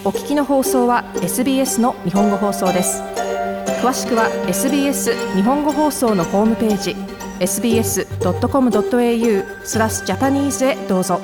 お聞きの放送は SBS の日本語放送です。詳しくは SBS 日本語放送のホームページ sbs.com.au/Japanese へどうぞ。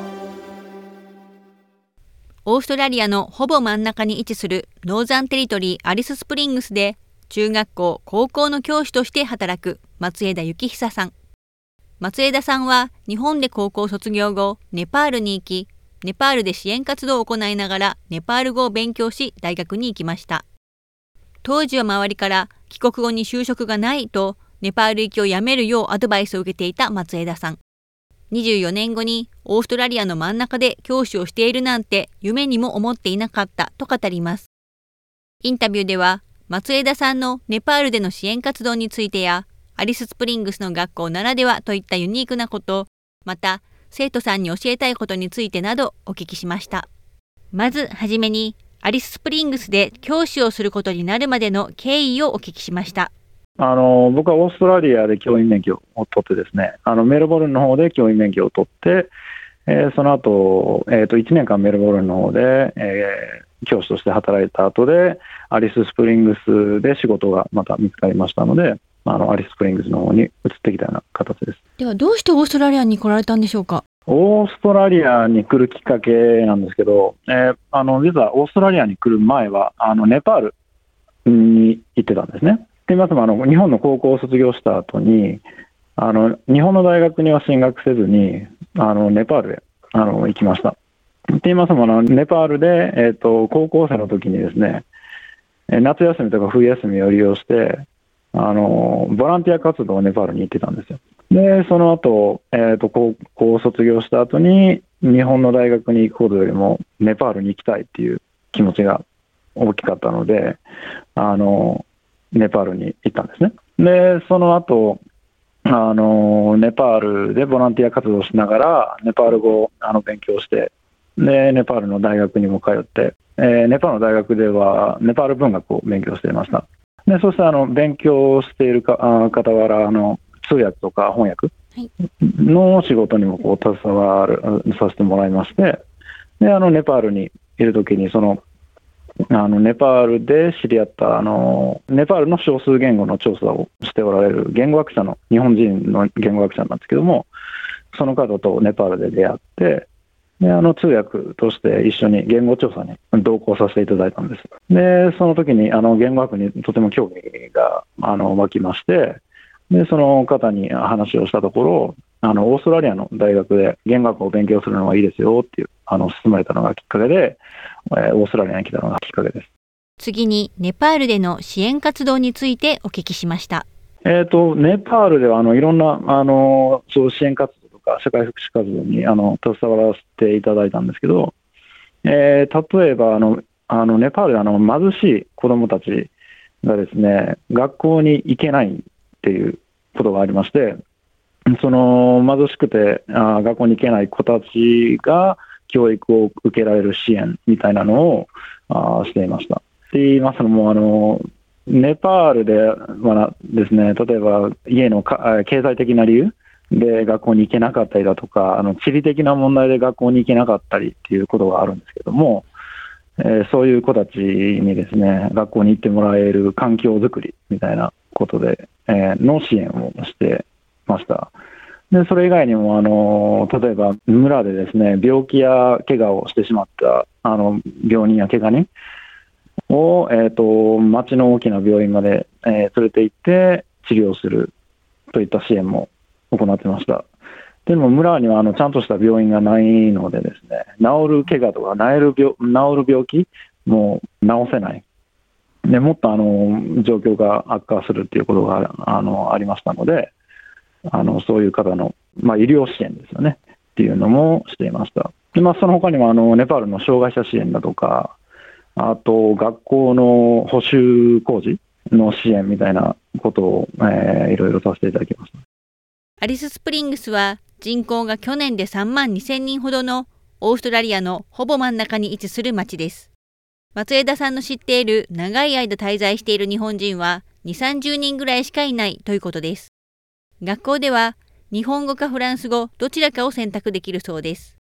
オーストラリアのほぼ真ん中に位置するノーザンテリトリーアリススプリングスで中学校・高校の教師として働く松枝幸久さん。松枝さんは日本で高校卒業後、ネパールに行き、ネパールで支援活動を行いながらネパール語を勉強し大学に行きました。当時は周りから帰国後に就職がないとネパール行きをやめるようアドバイスを受けていた松枝さん。24年後にオーストラリアの真ん中で教師をしているなんて夢にも思っていなかったと語ります。インタビューでは松枝さんのネパールでの支援活動についてやアリススプリングスの学校ならではといったユニークなこと、また生徒さんに教えたいことについてなどお聞きしました。まずはじめにアリススプリングスで教師をすることになるまでの経緯をお聞きしました。 僕はオーストラリアで教員免許を取ってですね、メルボルンの方で教員免許を取って、その後、1年間メルボルンの方で、教師として働いた後でアリススプリングスで仕事がまた見つかりましたので、アリススプリングスの方に移ってきたような形です。 ではどうしてオーストラリアに来られたんでしょうか。 オーストラリアに来るきっかけなんですけど、実はオーストラリアに来る前はネパールに行ってたんですね。と言いますのも日本の高校を卒業した後に日本の大学には進学せずにネパールへ行きました。と言いますのもネパールで、高校生の時にですね、夏休みとか冬休みを利用してボランティア活動をネパールに行ってたんですよ。でその後、高校を卒業した後に日本の大学に行くことよりもネパールに行きたいっていう気持ちが大きかったのでネパールに行ったんですね。でその後ネパールでボランティア活動をしながらネパール語を勉強してでネパールの大学にも通って、ネパールの大学ではネパール文学を勉強していました。でそして勉強している傍ら通訳とか翻訳の仕事にも携わさせてもらいまして、でネパールにいるときにネパールで知り合ったネパールの少数言語の調査をしておられる言語学者の日本人の言語学者なんですけども、その方とネパールで出会ってで通訳として一緒に言語調査に同行させていただいたんです。でその時に言語学にとても興味が湧きまして、でその方に話をしたところオーストラリアの大学で言語学を勉強するのがいいですよっていう勧められたのがきっかけで、オーストラリアに来たのがきっかけです。 次にネパールでの支援活動についてお聞きしました。 ネパールではいろんなそう支援活動とか社会福祉活動に携わらせていただいたんですけど、例えばネパールで貧しい子どもたちがですね学校に行けないっていうことがありまして、その貧しくて学校に行けない子たちが教育を受けられる支援みたいなのをしていました。って言いますのもネパールではですね、例えば家の経済的な理由で学校に行けなかったりだとか地理的な問題で学校に行けなかったりっていうことがあるんですけども、そういう子たちにですね学校に行ってもらえる環境づくりみたいなことで、の支援をしてました。でそれ以外にも例えば村でですね病気や怪我をしてしまった病人や怪我人を、町の大きな病院まで、連れて行って治療するといった支援も行ってました。でも村にはちゃんとした病院がないのでですね、治る怪我とか治る病気も治せないで、もっと状況が悪化するということがありましたので、そういう方の、医療支援ですよねっていうのもしていました。で、その他にもネパールの障害者支援だとか、あと学校の補修工事の支援みたいなことを、いろいろさせていただきました。 アリススプリングスは人口が去年で3万2000人ほどのオーストラリアのほぼ真ん中に位置する町です。松枝さんの知っている長い間滞在している日本人は2、30人ぐらいしかいないということです。学校では日本語かフランス語どちらかを選択できるそうです。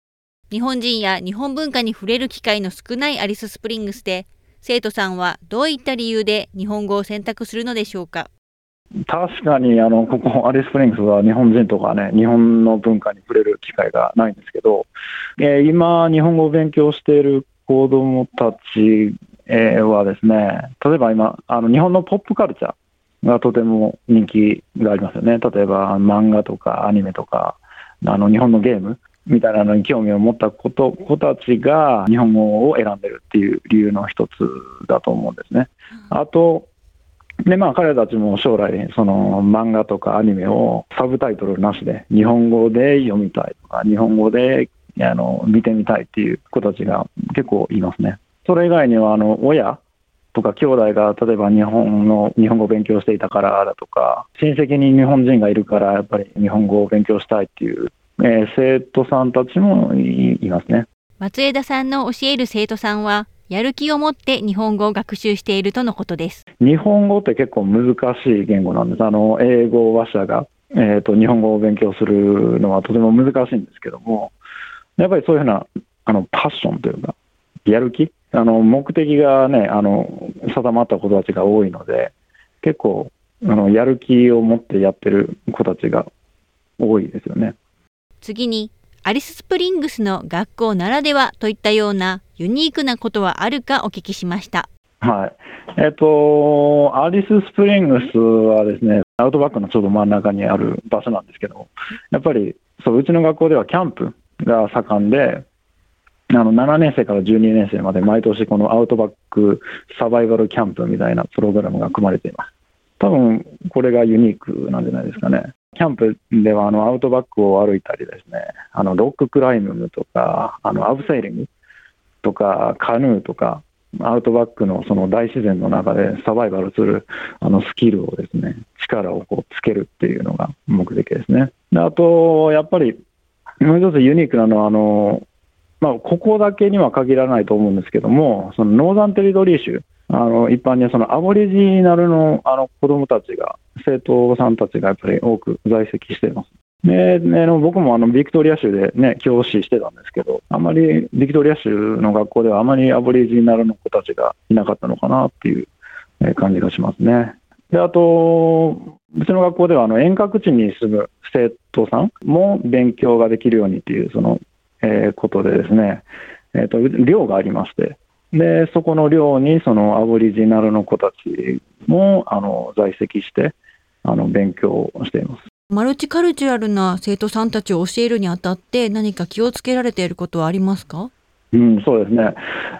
日本人や日本文化に触れる機会の少ないアリススプリングスで、生徒さんはどういった理由で日本語を選択するのでしょうか。 確かにここアリススプリングスは日本人とかね、日本の文化に触れる機会がないんですけど、今日本語を勉強している子どもたちはですね、例えば今日本のポップカルチャーがとても人気がありますよね。例えば漫画とかアニメとか日本のゲームみたいなのに興味を持った子たちが日本語を選んでるっていう理由の一つだと思うんですね。あとで彼たちも将来その漫画とかアニメをサブタイトルなしで日本語で読みたいとか日本語で見てみたいっていう子たちが結構いますね。それ以外には親とか兄弟が例えば日本語を勉強していたからだとか、親戚に日本人がいるからやっぱり日本語を勉強したいっていう生徒さんたちもいますね。 松枝さんの教える生徒さんはやる気を持って日本語を学習しているとのことです。 日本語って結構難しい言語なんです。英語話者が、日本語を勉強するのはとても難しいんですけども、やっぱりそういうふうなパッションというかやる気、目的がね定まった子たちが多いので、結構やる気を持ってやってる子たちが多いですよね。 次にアリススプリングスの学校ならではといったようなユニークなことはあるかお聞きしました。 はい。アリススプリングスはですね、アウトバックのちょうど真ん中にある場所なんですけど、やっぱりうちの学校ではキャンプが盛んで、7年生から12年生まで毎年このアウトバックサバイバルキャンプみたいなプログラムが組まれています。多分これがユニークなんじゃないですかね。キャンプではアウトバックを歩いたりですね、ロッククライミングとかアブセーリングとかカヌーとか、アウトバックのその大自然の中でサバイバルするスキルをですね、力をつけるっていうのが目的ですね。であとやっぱりもう一つユニークなのはここだけには限らないと思うんですけども、そのノーザンテリトリー州、一般にそのアボリジナルの子どもたちが、生徒さんたちがやっぱり多く在籍しています。で僕もビクトリア州で、ね、教師してたんですけど、あまりビクトリア州の学校ではあまりアボリジナルの子たちがいなかったのかなっていう感じがしますね。であと、うちの学校では遠隔地に住む生徒さんも勉強ができるようにっていうことでですね、寮がありまして、でそこの寮にそのアボリジナルの子たちも在籍して勉強をしています。 マルチカルチュラルな生徒さんたちを教えるにあたって何か気をつけられていることはありますか？ そうですね。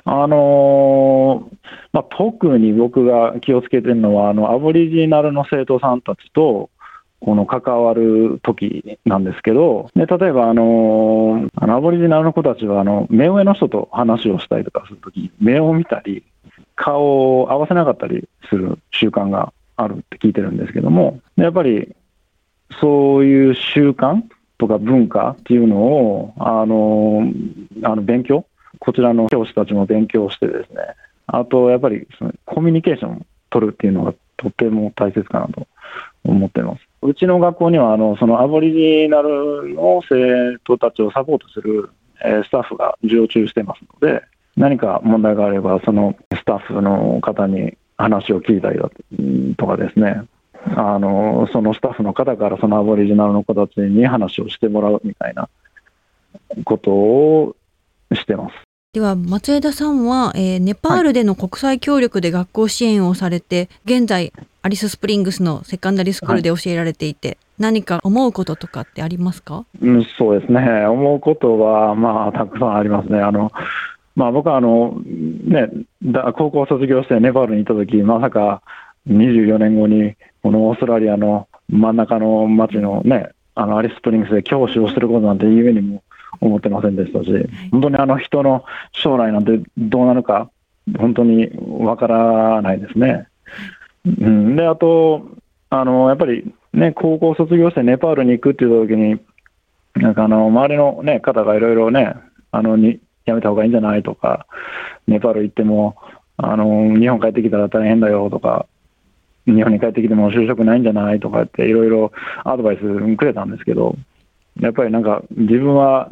特に僕が気をつけているのはアボリジナルの生徒さんたちと関わる時なんですけど、で例えばアボリジナルの子たちは目上の人と話をしたりとかするとき、目を見たり顔を合わせなかったりする習慣があるって聞いてるんですけども、やっぱりそういう習慣とか文化っていうのを勉強、こちらの教師たちも勉強してですね、あとやっぱりそのコミュニケーションを取るっていうのがとても大切かなと思っています。うちの学校にはそのアボリジナルの生徒たちをサポートするスタッフが常駐してますので、何か問題があればそのスタッフの方に話を聞いたりだとかですね、そのスタッフの方からそのアボリジナルの子たちに話をしてもらうみたいなことをしてます。 では松枝さんは、ネパールでの国際協力で学校支援をされて、現在アリススプリングスのセカンダリースクールで教えられていて、何か思うこととかってありますか？ そうですね、思うことはたくさんありますね。僕は高校卒業してネパールに行ったとき、まさか24年後にこのオーストラリアの真ん中の町のね、アリススプリングスで教師をすることなんて夢にも思ってませんでしたし、本当に人の将来なんてどうなるか本当にわからないですね。であとやっぱりね、高校卒業してネパールに行くっていう時に周りの、ね、方がいろいろねやめた方がいいんじゃないとか、ネパール行っても日本帰ってきたら大変だよとか、日本に帰ってきても就職ないんじゃないとかっていろいろアドバイスくれたんですけど、やっぱり自分は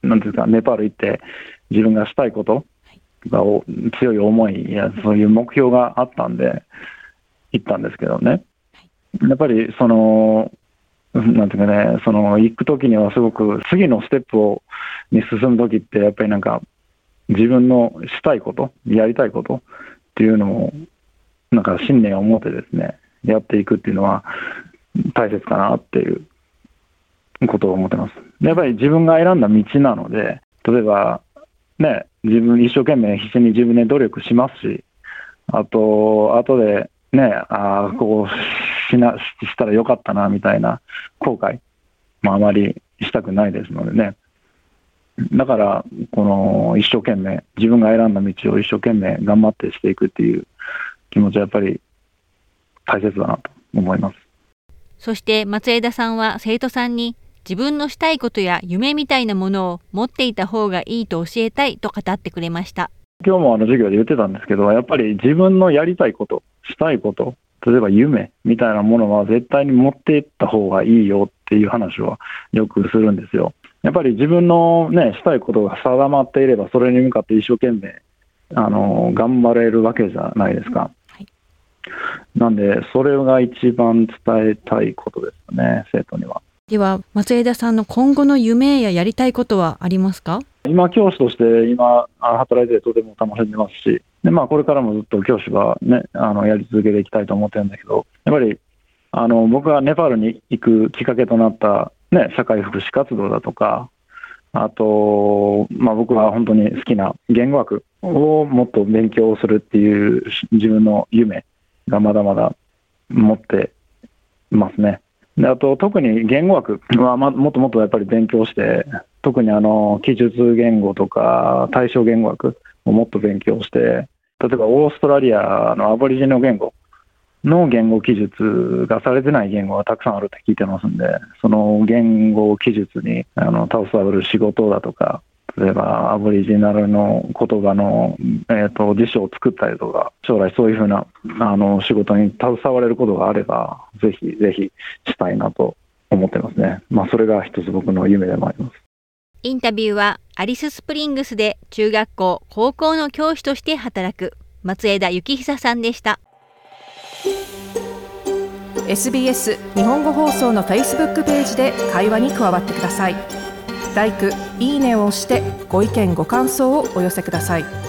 なんていうか、ネパール行って自分がしたいことが強い思いやそういう目標があったんで行ったんですけどね、やっぱりなんていうかね、行くときにはすごく次のステップに進むときってやっぱりなんか自分のしたいことやりたいことっていうのをなんか信念を持ってですねやっていくっていうのは大切かなっていうことを思ってます。やっぱり自分が選んだ道なので、例えばね、自分一生懸命必死に自分で努力しますし、後でね、こうしたらよかったなみたいな後悔もあまりしたくないですのでね。だから一生懸命自分が選んだ道を一生懸命頑張ってしていくっていう気持ちはやっぱり大切だなと思います。 そして松枝さんは生徒さんに自分のしたいことや夢みたいなものを持っていた方がいいと教えたいと語ってくれました。 今日も授業で言ってたんですけど、やっぱり自分のやりたいこと、したいこと、例えば夢みたいなものは絶対に持っていった方がいいよっていう話をよくするんですよ。やっぱり自分のね、したいことが定まっていれば、それに向かって一生懸命頑張れるわけじゃないですか。なんで、それが一番伝えたいことですね、生徒には。 では、松枝さんの今後の夢ややりたいことはありますか？ 今、教師として働いてとても楽しんでますし、でこれからもずっと教師は、ね、やり続けていきたいと思ってるんだけど、やっぱり僕がネパールに行くきっかけとなった、ね、社会福祉活動だとか、あと、僕は本当に好きな言語学をもっと勉強するっていう自分の夢がまだまだ持ってますね。であと特に言語学はもっともっとやっぱり勉強して、特に記述言語とか対象言語学をもっと勉強して、例えばオーストラリアのアボリジニの言語の言語記述がされてない言語がたくさんあるって聞いてますんで、その言語記述に携わる仕事だとか、例えばアボリジナルの言葉の、辞書を作ったりとか、将来そういうふうな仕事に携われることがあれば、ぜひぜひしたいなと思ってますね。それが一つ僕の夢でもあります。 インタビューはアリススプリングスで中学校高校の教師として働く松枝幸久さんでした。 SBS 日本語放送の Facebook ページで会話に加わってください。LIKE、いいねを押してご意見ご感想をお寄せください。